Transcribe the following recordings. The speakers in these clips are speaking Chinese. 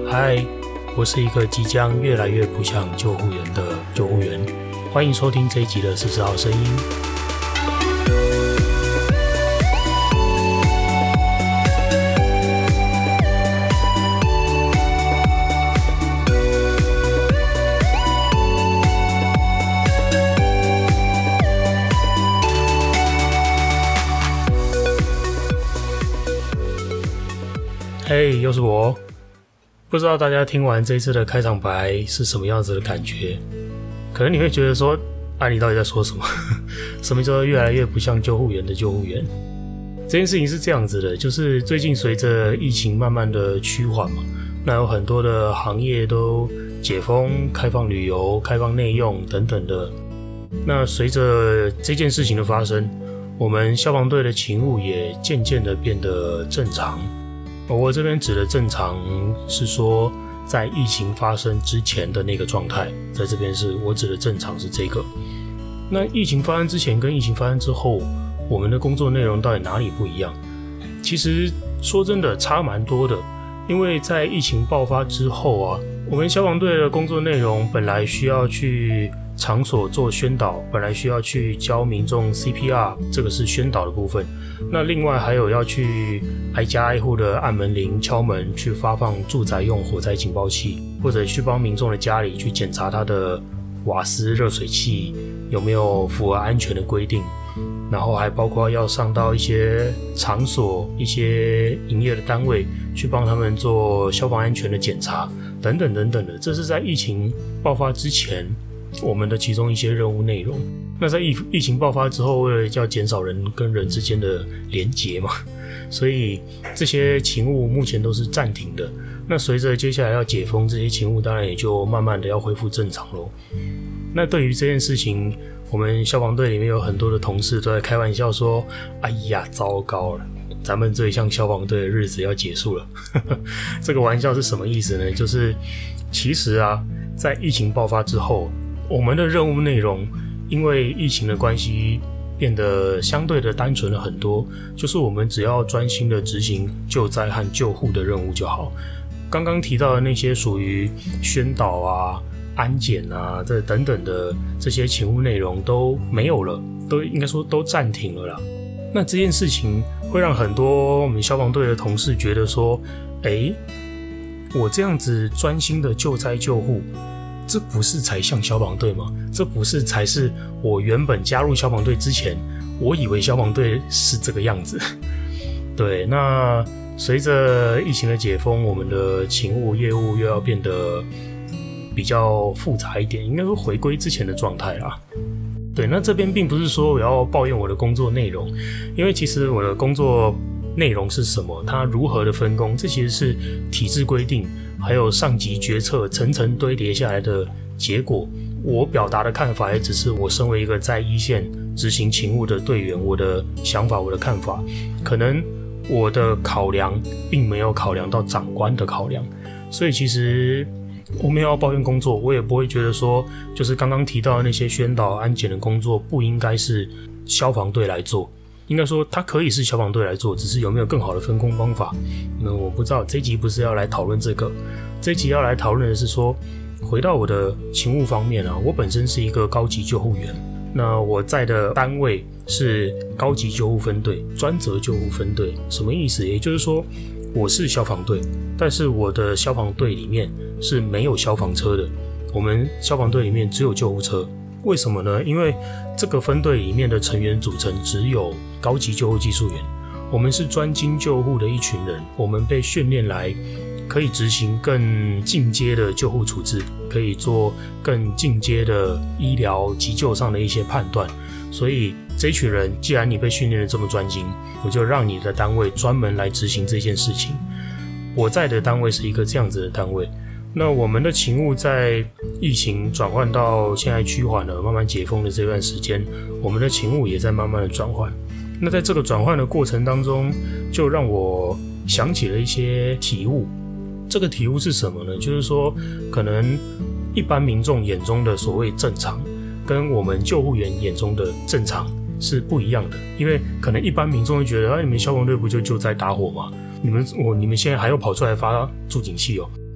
嗨，我是一个即将越来越不像救护员的救护员，欢迎收听这一集的40号声音。嘿，又是我。不知道大家听完这一次的开场白是什么样子的感觉？可能你会觉得说，你到底在说什么？什么叫做越来越不像救护员的救护员？这件事情是这样子的，就是最近随着疫情慢慢的趋缓嘛，那有很多的行业都解封、开放旅游、开放内用等等的。那随着这件事情的发生，我们消防队的勤务也渐渐的变得正常。我这边指的正常是说在疫情发生之前的那个状态，在这边是我指的正常是这个。那疫情发生之前跟疫情发生之后，我们的工作内容到底哪里不一样？其实说真的差蛮多的，因为在疫情爆发之后啊，我们消防队的工作内容本来需要去场所做宣导，本来需要去教民众 CPR， 这个是宣导的部分。那另外还有要去挨家挨户的按门铃、敲门，去发放住宅用火灾警报器，或者去帮民众的家里去检查他的瓦斯、热水器有没有符合安全的规定，然后还包括要上到一些场所、一些营业的单位，去帮他们做消防安全的检查等等等等的。这是在疫情爆发之前我们的其中一些任务内容。那在疫情爆发之后，为了要减少人跟人之间的连结嘛，所以这些勤务目前都是暂停的。那随着接下来要解封，这些勤务当然也就慢慢的要恢复正常咯。那对于这件事情，我们消防队里面有很多的同事都在开玩笑说，哎呀，糟糕了，咱们这一项消防队的日子要结束了。这个玩笑是什么意思呢？就是其实啊，在疫情爆发之后，我们的任务内容因为疫情的关系变得相对的单纯了很多，就是我们只要专心的执行救灾和救护的任务就好。刚刚提到的那些属于宣导啊、安检啊这等等的这些勤务内容都没有了，都应该说都暂停了啦。那这件事情会让很多我们消防队的同事觉得说，我这样子专心的救灾救护，这不是才像消防队吗？这不是才是我原本加入消防队之前，我以为消防队是这个样子。对，那随着疫情的解封，我们的勤务业务又要变得比较复杂一点，应该说回归之前的状态啦。对，那这边并不是说我要抱怨我的工作内容，因为其实我的工作内容是什么，它如何的分工，这其实是体制规定还有上级决策层层堆叠下来的结果。我表达的看法也只是我身为一个在一线执行勤务的队员，我的想法、我的看法，可能我的考量并没有考量到长官的考量，所以其实我没有要抱怨工作，我也不会觉得说就是刚刚提到的那些宣导安检的工作不应该是消防队来做，应该说它可以是消防队来做，只是有没有更好的分工方法，那我不知道。这一集不是要来讨论这个，这一集要来讨论的是说，回到我的勤务方面啊，我本身是一个高级救护员，那我在的单位是高级救护分队、专责救护分队。什么意思？也就是说我是消防队，但是我的消防队里面是没有消防车的，我们消防队里面只有救护车。为什么呢？因为这个分队里面的成员组成只有高级救护技术员，我们是专精救护的一群人，我们被训练来可以执行更进阶的救护处置，可以做更进阶的医疗急救上的一些判断。所以这群人，既然你被训练得这么专精，我就让你的单位专门来执行这件事情。我在的单位是一个这样子的单位。那我们的勤务在疫情转换到现在趋缓了，慢慢解封的这段时间，我们的勤务也在慢慢的转换。那在这个转换的过程当中，就让我想起了一些体悟。这个体悟是什么呢？就是说，可能一般民众眼中的所谓正常，跟我们救护员眼中的正常是不一样的。因为可能一般民众会觉得，你们消防队不就在打火吗？你们现在还要跑出来发助警器哦？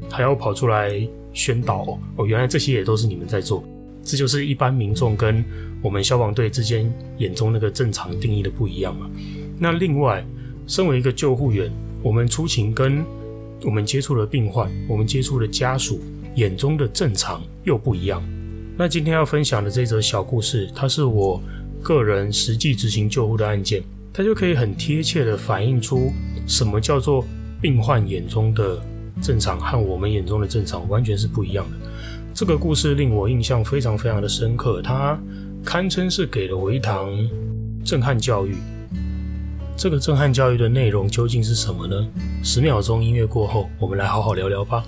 还要跑出来宣导原来这些也都是你们在做。这就是一般民众跟我们消防队之间眼中那个正常定义的不一样嘛。那另外，身为一个救护员，我们出勤跟我们接触的病患，我们接触的家属眼中的正常又不一样。那今天要分享的这则小故事，它是我个人实际执行救护的案件，它就可以很贴切的反映出什么叫做病患眼中的正常和我们眼中的正常完全是不一样的。这个故事令我印象非常非常的深刻，它堪称是给了我一堂震撼教育。这个震撼教育的内容究竟是什么呢？10秒钟音乐过后，我们来好好聊聊吧。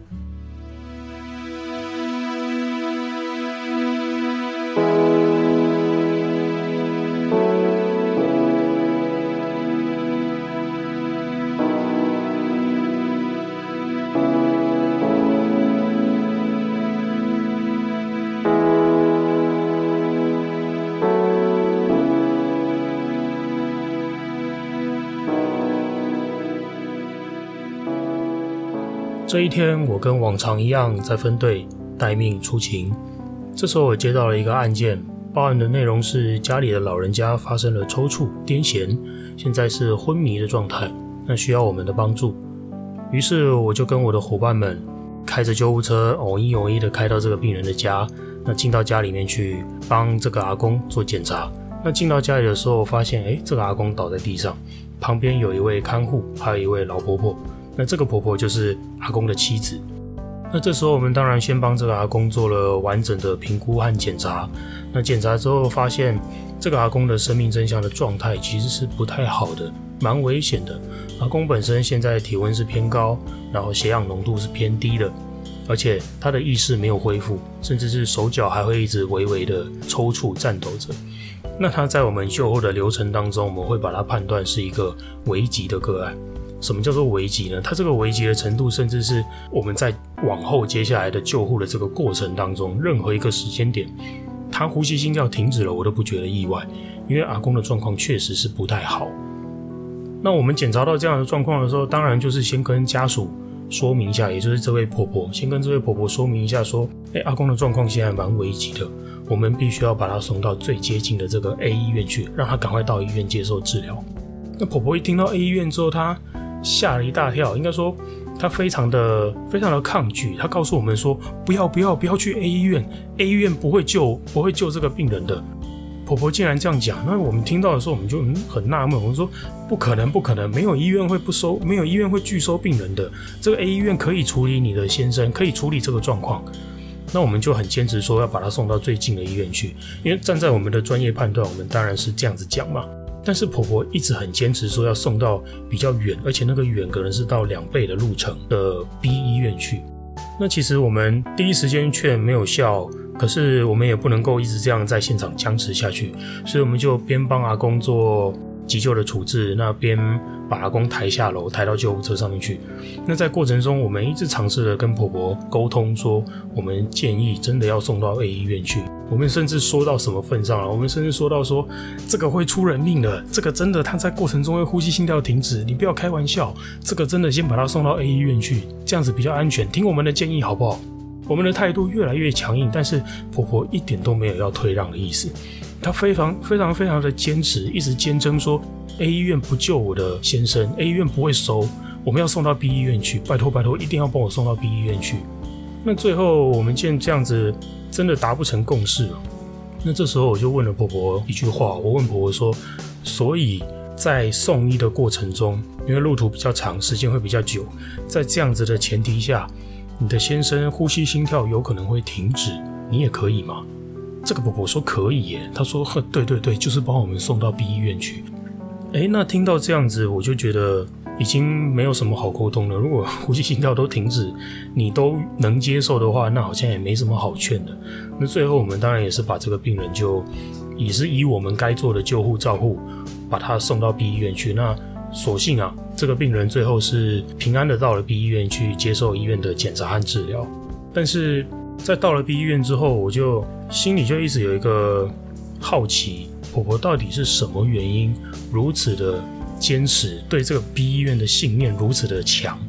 这一天，我跟往常一样在分队待命出勤。这时候我接到了一个案件，报案的内容是家里的老人家发生了抽搐、癫痫，现在是昏迷的状态，那需要我们的帮助。于是我就跟我的伙伴们开着救护车，偶一的开到这个病人的家，那进到家里面去帮这个阿公做检查。那进到家里的时候，发现这个阿公倒在地上，旁边有一位看护，还有一位老婆婆。那这个婆婆就是阿公的妻子。那这时候我们当然先帮这个阿公做了完整的评估和检查。那检查之后发现，这个阿公的生命真相的状态其实是不太好的，蛮危险的。阿公本身现在体温是偏高，然后血氧浓度是偏低的，而且他的意识没有恢复，甚至是手脚还会一直微微的抽搐颤抖着。那他在我们救护的流程当中，我们会把它判断是一个危急的个案。什么叫做危急呢？它这个危急的程度，甚至是我们在往后接下来的救护的这个过程当中，任何一个时间点，他呼吸心跳停止了，我都不觉得意外，因为阿公的状况确实是不太好。那我们检查到这样的状况的时候，当然就是先跟家属说明一下，也就是这位婆婆，先跟这位婆婆说明一下说，阿公的状况现在蛮危急的，我们必须要把他送到最接近的这个 A 医院去，让他赶快到医院接受治疗。那婆婆一听到 A 医院之后，她吓了一大跳，应该说他非常的抗拒。他告诉我们说，不要去 A 医院 ，A 医院不会救这个病人的。婆婆竟然这样讲，那我们听到的时候，我们就很纳闷，我们说不可能，没有医院会不收，没有医院会拒收病人的。这个 A 医院可以处理你的先生，可以处理这个状况。那我们就很坚持说要把他送到最近的医院去，因为站在我们的专业判断，我们当然是这样子讲嘛。但是婆婆一直很坚持说要送到比较远，而且那个远可能是到2倍的路程的 B 医院去。那其实我们第一时间劝没有效，可是我们也不能够一直这样在现场僵持下去，所以我们就边帮阿公做急救的处置，那边把阿公抬下楼，抬到救护车上面去。那在过程中，我们一直尝试的跟婆婆沟通说，我们建议真的要送到 A 医院去。我们甚至说到什么份上了？我们甚至说到说，这个会出人命的，这个真的他在过程中会呼吸心跳停止，你不要开玩笑，这个真的先把他送到 A 医院去，这样子比较安全，听我们的建议好不好？我们的态度越来越强硬，但是婆婆一点都没有要退让的意思，她非常的坚持，一直坚称说 A 医院不救我的先生， A 医院不会收，我们要送到 B 医院去，拜托一定要帮我送到 B 医院去。那最后我们见这样子真的达不成共识了，那这时候我就问了婆婆一句话，我问婆婆说，所以在送医的过程中，因为路途比较长，时间会比较久，在这样子的前提下，你的先生呼吸心跳有可能会停止，你也可以吗？这个婆婆说可以耶，她说对，就是帮我们送到 B 医院去。那听到这样子，我就觉得已经没有什么好沟通了。如果呼吸心跳都停止，你都能接受的话，那好像也没什么好劝的。那最后我们当然也是把这个病人也是以我们该做的救护照护，把他送到 B 医院去。那所幸这个病人最后是平安的到了 B 医院去接受医院的检查和治疗。但是在到了 B 医院之后，我就心里就一直有一个好奇，婆婆到底是什么原因如此的坚持，对这个 B 医院的信念如此的强。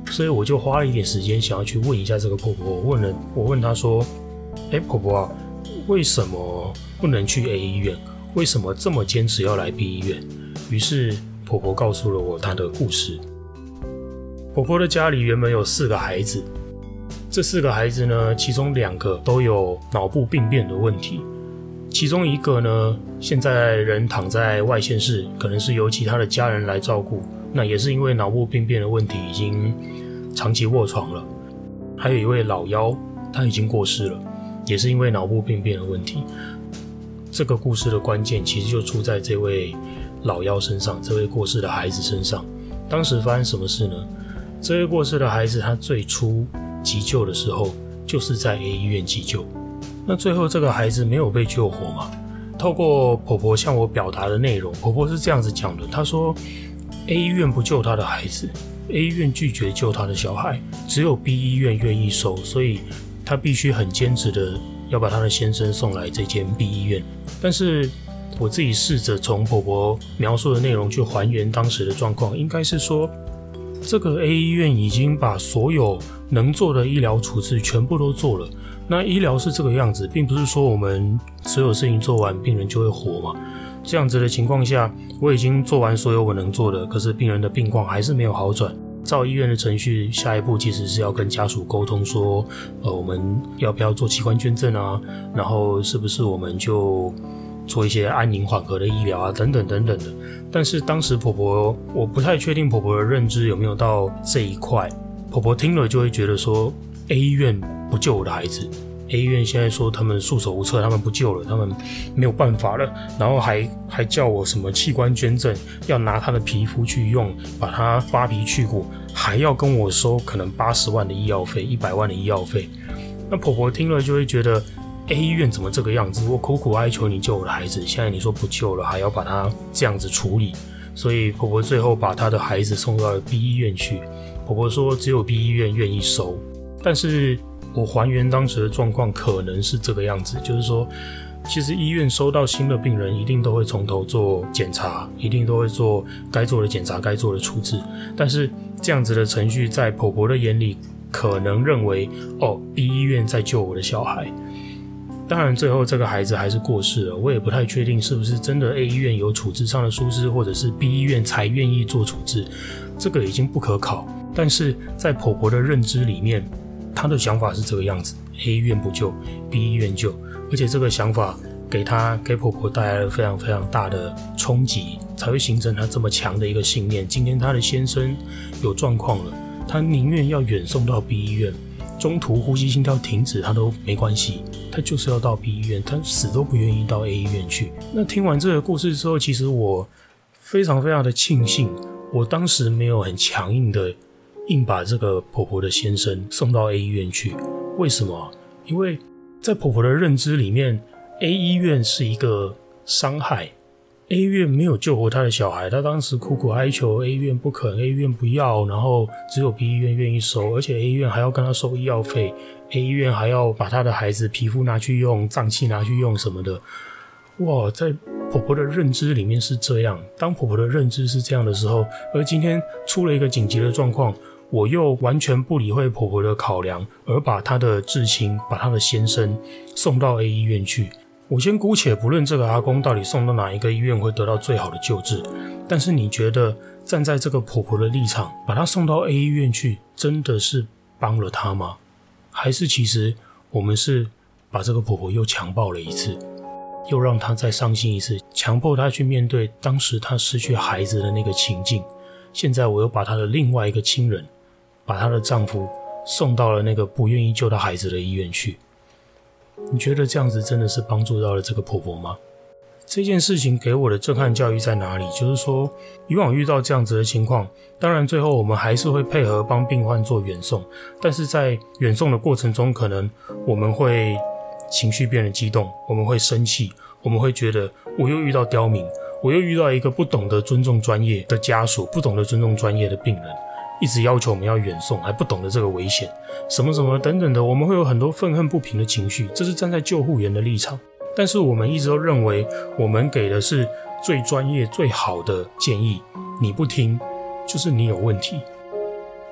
所以我就花了一点时间想要去问一下这个婆婆。我问她说：婆婆啊，为什么不能去 A 医院？为什么这么坚持要来 B 医院？于是婆婆告诉了我她的故事。婆婆的家里原本有4个孩子，这4个孩子呢，其中2个都有脑部病变的问题，其中1个呢，现在人躺在外县市，可能是由其他的家人来照顾，那也是因为脑部病变的问题，已经长期卧床了。还有一位老幺，他已经过世了，也是因为脑部病变的问题。这个故事的关键其实就出在这位老幺身上，这位过世的孩子身上。当时发生什么事呢？这位过世的孩子他最初急救的时候就是在 A 医院急救，那最后这个孩子没有被救活嘛？透过婆婆向我表达的内容，婆婆是这样子讲的，她说 A 医院不救她的孩子， A 医院拒绝救她的小孩，只有 B 医院愿意收，所以她必须很坚持的要把她的先生送来这间 B 医院。但是我自己试着从婆婆描述的内容去还原当时的状况，应该是说这个 A 医院已经把所有能做的医疗处置全部都做了。那医疗是这个样子，并不是说我们所有事情做完病人就会活嘛。这样子的情况下，我已经做完所有我能做的，可是病人的病况还是没有好转。照医院的程序，下一步其实是要跟家属沟通说，我们要不要做器官捐赠啊，然后是不是我们就做一些安宁缓和的医疗啊，等等等等的。但是当时婆婆，我不太确定婆婆的认知有没有到这一块。婆婆听了就会觉得说 A 医院不救我的孩子， A 医院现在说他们束手无策，他们不救了，他们没有办法了，然后还叫我什么器官捐赠，要拿他的皮肤去用，把他扒皮去骨，还要跟我收可能80万的医药费，100万的医药费。那婆婆听了就会觉得 A 医院怎么这个样子？我苦苦哀求你救我的孩子，现在你说不救了，还要把他这样子处理。所以婆婆最后把她的孩子送到了 B 医院去。婆婆说只有 B 医院愿意收，但是我还原当时的状况可能是这个样子，就是说其实医院收到新的病人一定都会从头做检查，一定都会做该做的检查，该做的处置，但是这样子的程序在婆婆的眼里可能认为B 医院在救我的小孩。当然最后这个孩子还是过世了，我也不太确定是不是真的 A 医院有处置上的疏失，或者是 B 医院才愿意做处置，这个已经不可考。但是在婆婆的认知里面，她的想法是这个样子， A 医院不救， B 医院救，而且这个想法给婆婆带来了非常非常大的冲击，才会形成她这么强的一个信念。今天她的先生有状况了，她宁愿要远送到 B 医院，中途呼吸心跳停止她都没关系，她就是要到 B 医院，她死都不愿意到 A 医院去。那听完这个故事之后，其实我非常非常的庆幸，我当时没有很强硬的硬把这个婆婆的先生送到 A 医院去。为什么？因为在婆婆的认知里面， A 医院是一个伤害， A 医院没有救活她的小孩，她当时苦苦哀求 A 医院不肯， A 医院不要，然后只有 B 医院愿意收，而且 A 医院还要跟她收医药费， A 医院还要把她的孩子皮肤拿去用，脏器拿去用什么的。哇，在婆婆的认知里面是这样，当婆婆的认知是这样的时候，而今天出了一个紧急的状况，我又完全不理会婆婆的考量，而把她的至亲，把她的先生送到 A 医院去。我先姑且不论这个阿公到底送到哪一个医院会得到最好的救治，但是你觉得站在这个婆婆的立场，把她送到 A 医院去，真的是帮了她吗？还是其实我们是把这个婆婆又强暴了一次，又让她再伤心一次，强迫她去面对当时她失去孩子的那个情境。现在我又把她的另外一个亲人，把她的丈夫送到了那个不愿意救她孩子的医院去。你觉得这样子真的是帮助到了这个婆婆吗？这件事情给我的震撼教育在哪里？就是说以往遇到这样子的情况，当然最后我们还是会配合帮病患做远送，但是在远送的过程中，可能我们会情绪变得激动，我们会生气，我们会觉得我又遇到刁民，我又遇到一个不懂得尊重专业的家属，不懂得尊重专业的病人，一直要求我们要远送，还不懂得这个危险，什么什么等等的，我们会有很多愤恨不平的情绪，这是站在救护员的立场。但是我们一直都认为我们给的是最专业最好的建议，你不听就是你有问题。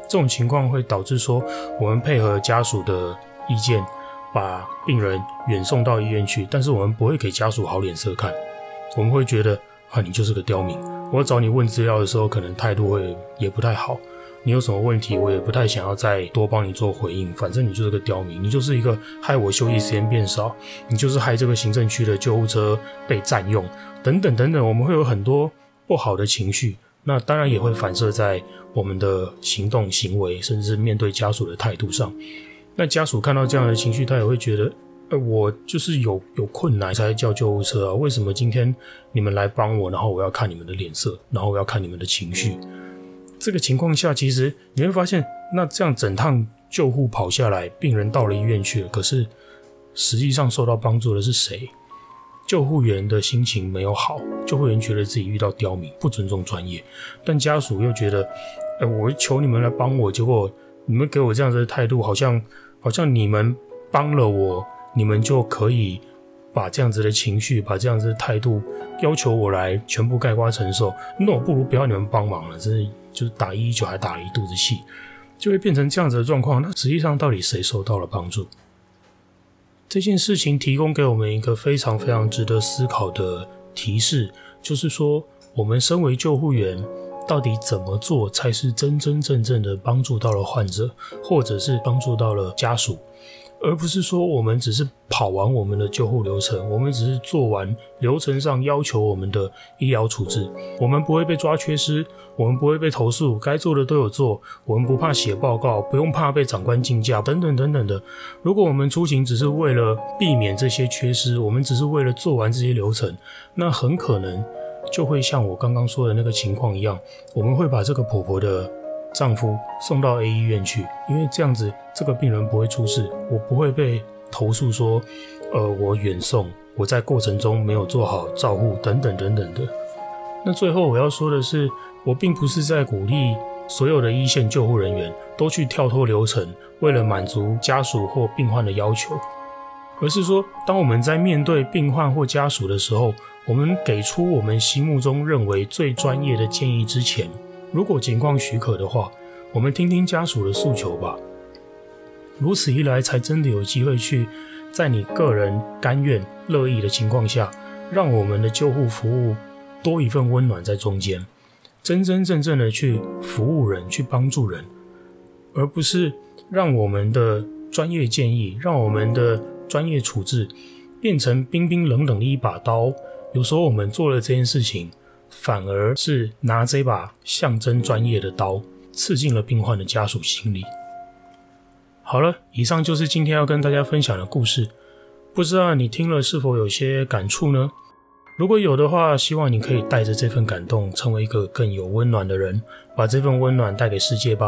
这种情况会导致说我们配合家属的意见把病人远送到医院去，但是我们不会给家属好脸色看，我们会觉得你就是个刁民，我找你问资料的时候可能态度也不太好，你有什么问题我也不太想要再多帮你做回应，反正你就是个刁民，你就是一个害我休息时间变少，你就是害这个行政区的救护车被占用等等等等，我们会有很多不好的情绪，那当然也会反射在我们的行动行为甚至是面对家属的态度上。那家属看到这样的情绪，他也会觉得我就是有困难才叫救护车啊，为什么今天你们来帮我，然后我要看你们的脸色，然后我要看你们的情绪。这个情况下其实你会发现，那这样整趟救护跑下来，病人到了医院去了，可是实际上受到帮助的是谁？救护员的心情没有好，救护员觉得自己遇到刁民，不尊重专业，但家属又觉得我求你们来帮我，结果你们给我这样子的态度，好像你们帮了我，你们就可以把这样子的情绪，把这样子的态度要求我来全部概括承受，那我不如不要你们帮忙了，真的就是打119还打了一肚子气，就会变成这样子的状况。那实际上到底谁受到了帮助？这件事情提供给我们一个非常非常值得思考的提示，就是说我们身为救护员到底怎么做才是真真正正的帮助到了患者，或者是帮助到了家属，而不是说我们只是跑完我们的救护流程，我们只是做完流程上要求我们的医疗处置，我们不会被抓缺失，我们不会被投诉，该做的都有做，我们不怕写报告，不用怕被长官竞价等等等等的。如果我们出勤只是为了避免这些缺失，我们只是为了做完这些流程，那很可能就会像我刚刚说的那个情况一样，我们会把这个婆婆的丈夫送到 A 医院去，因为这样子这个病人不会出事，我不会被投诉说我远送，我在过程中没有做好照护等等等等的。那最后我要说的是，我并不是在鼓励所有的一线救护人员都去跳脱流程，为了满足家属或病患的要求，而是说当我们在面对病患或家属的时候，我们给出我们心目中认为最专业的建议之前，如果情况许可的话，我们听听家属的诉求吧。如此一来，才真的有机会去在你个人甘愿乐意的情况下，让我们的救护服务多一份温暖在中间，真真正正的去服务人，去帮助人，而不是让我们的专业建议，让我们的专业处置变成冰冰冷冷的一把刀。有时候我们做了这件事情，反而是拿这把象征专业的刀刺进了病患的家属心里。好了，以上就是今天要跟大家分享的故事，不知道你听了是否有些感触呢？如果有的话，希望你可以带着这份感动，成为一个更有温暖的人，把这份温暖带给世界吧。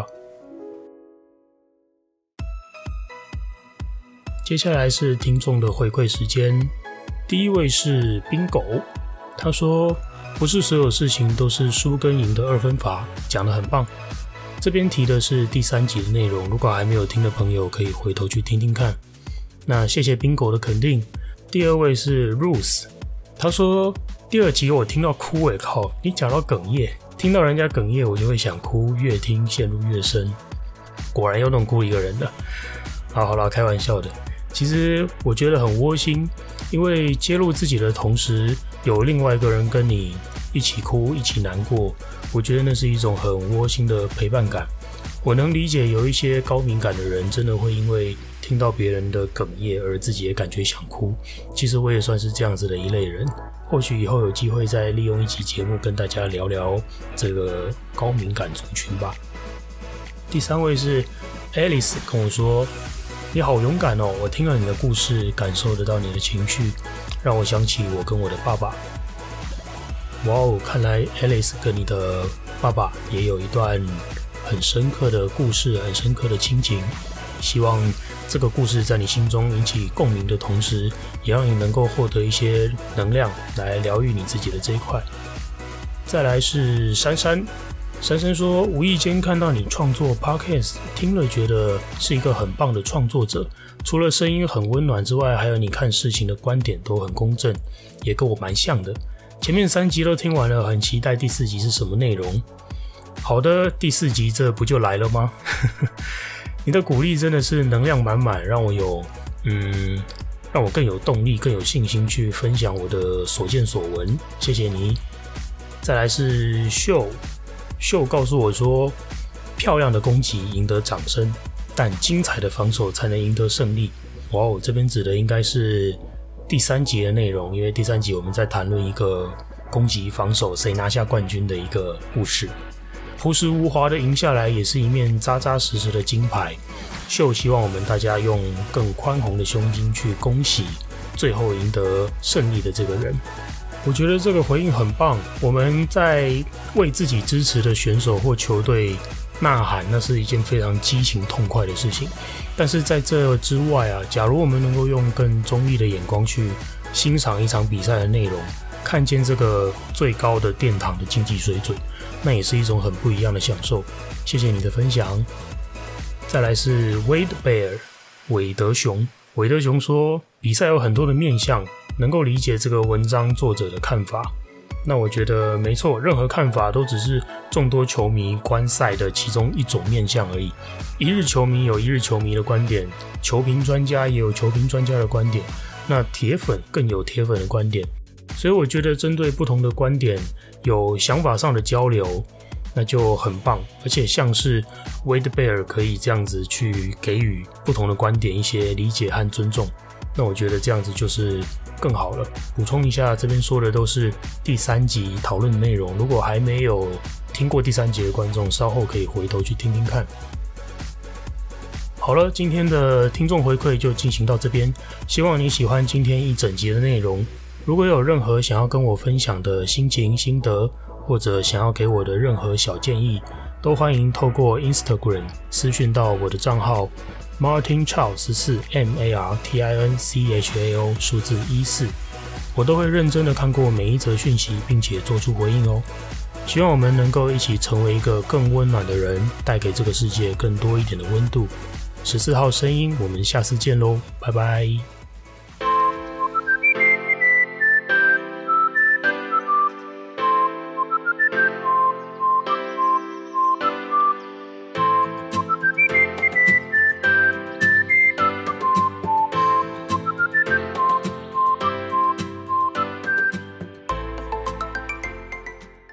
接下来是听众的回馈时间，第一位是冰狗，他说不是所有事情都是输跟赢的二分法，讲得很棒。这边提的是第3集的内容，如果还没有听的朋友可以回头去听听看。那谢谢冰狗的肯定。第二位是 Ruth， 他说第2集我听到哭靠，你讲到哽咽，听到人家哽咽我就会想哭，越听陷入越深，果然有种哭一个人的。好啦，开玩笑的。其实我觉得很窝心，因为揭露自己的同时，有另外一个人跟你一起哭，一起难过，我觉得那是一种很窝心的陪伴感。我能理解有一些高敏感的人真的会因为听到别人的哽咽而自己也感觉想哭，其实我也算是这样子的一类人，或许以后有机会再利用一期节目跟大家聊聊这个高敏感族群吧。第3位是 Alice 跟我说，你好勇敢哦！我听了你的故事，感受得到你的情绪，让我想起我跟我的爸爸。哇哦，看来 Alice 跟你的爸爸也有一段很深刻的故事，很深刻的亲情。希望这个故事在你心中引起共鸣的同时，也让你能够获得一些能量来疗愈你自己的这一块。再来是珊珊。珊珊说，无意间看到你创作 Podcast， 听了觉得是一个很棒的创作者，除了声音很温暖之外，还有你看事情的观点都很公正，也跟我蛮像的。前面3集都听完了，很期待第4集是什么内容。 好的，第4集这不就来了吗？你的鼓励真的是能量满满，让我更有动力，更有信心去分享我的所见所闻，谢谢你。再来是秀告诉我说，漂亮的攻击赢得掌声，但精彩的防守才能赢得胜利。哇哦，这边指的应该是第3集的内容，因为第3集我们在谈论一个攻击防守谁拿下冠军的一个故事。朴实无华的赢下来，也是一面扎扎实实的金牌。秀希望我们大家用更宽宏的胸襟去恭喜最后赢得胜利的这个人。我觉得这个回应很棒，我们在为自己支持的选手或球队呐喊，那是一件非常激情痛快的事情。但是在这之外啊，假如我们能够用更中立的眼光去欣赏一场比赛的内容，看见这个最高的殿堂的竞技水准，那也是一种很不一样的享受。谢谢你的分享。再来是 Wade Bear 韦德雄说，比赛有很多的面向，能够理解这个文章作者的看法。那我觉得没错，任何看法都只是众多球迷观赛的其中一种面向而已。一日球迷有一日球迷的观点，球评专家也有球评专家的观点，那铁粉更有铁粉的观点。所以我觉得针对不同的观点有想法上的交流，那就很棒。而且像是 Wade Bear 可以这样子去给予不同的观点一些理解和尊重，那我觉得这样子就是更好了。补充一下，这边说的都是第3集讨论的内容，如果还没有听过第3集的观众，稍后可以回头去听听看。好了，今天的听众回馈就进行到这边，希望你喜欢今天一整集的内容。如果有任何想要跟我分享的心情心得，或者想要给我的任何小建议，都欢迎透过 Instagram 私讯到我的账号 martinchao14 MARTINCHAO 数字14，我都会认真的看过每一则讯息，并且做出回应哦。希望我们能够一起成为一个更温暖的人，带给这个世界更多一点的温度。14号声音，我们下次见喽，拜拜。